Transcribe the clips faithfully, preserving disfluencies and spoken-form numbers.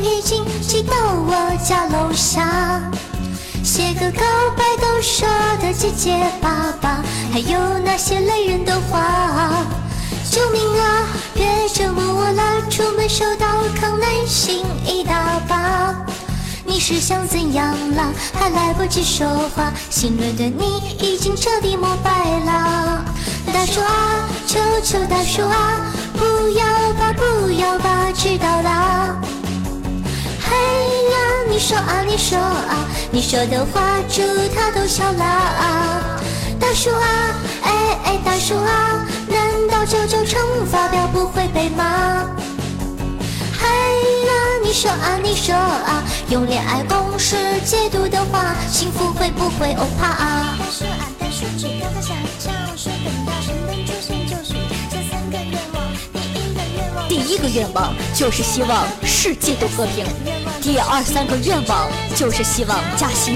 已经寄到我家楼下，写个告白都说的结结巴巴，还有那些累人的话。救命啊，别折磨我了，出门收到康乃馨一大把。你是想怎样啦？还来不及说话，心里对你已经彻底膜拜了。大叔啊，求求大叔啊，不要吧不要吧，知道啦。嘿呀，你说啊你说啊，你说的话猪他都笑啦。大叔啊，哎哎大叔啊，难道九九乘法表不会被骂？嘿呀，你说啊你说啊，用恋爱公式解读的话，幸福会不会欧趴啊？大叔啊大叔，举高高小跳，说等到神灯出现就许这三个愿望。第一个愿望就是希望世界都和平，第二三个愿望就是希望加薪。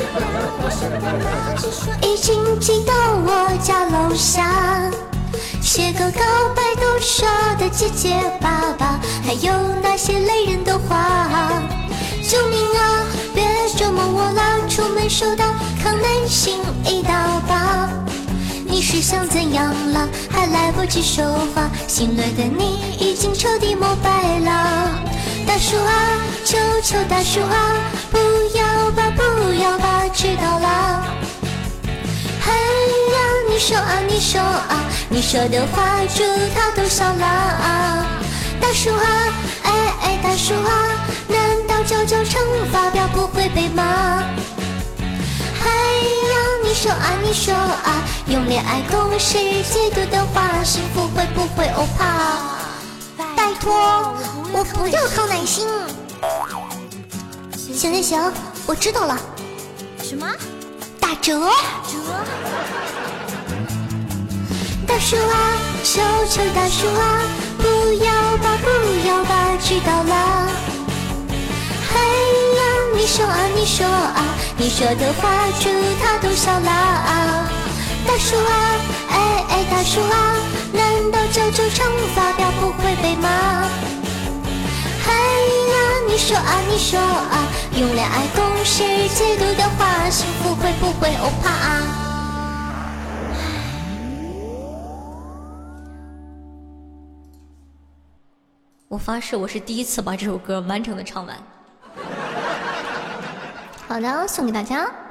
已经寄到我家楼下，写个告白都说的结结巴巴，还有那些累人的话。救命啊，别折磨我了，出门收到康乃馨一大把。你是想怎样了？还来不及说话，心里的你已经彻底膜拜了。大叔啊，求求大叔啊，不要吧不要吧，知道啦。嘿呀，你说啊你说啊，你说的话猪他都笑啦。大叔啊，哎哎大叔啊，难道九九乘法表不会被骂？嘿呀，你说啊你说啊，用恋爱公式解读的话，幸福会不会欧趴？拜托，我不要康乃馨。行行行，我知道了。什么？打折？大叔啊，求求大叔啊，不要吧不要吧，知道了。嘿呀，你说啊你说啊，你说的话猪他都笑啦。大叔啊，哎哎大叔啊，难道九九乘法表不会被骂？嘿呀，你说啊你说啊，用恋爱公式解读的话，幸福会不会欧趴啊？我发誓，我是第一次把这首歌完整的唱完。好的，送给大家。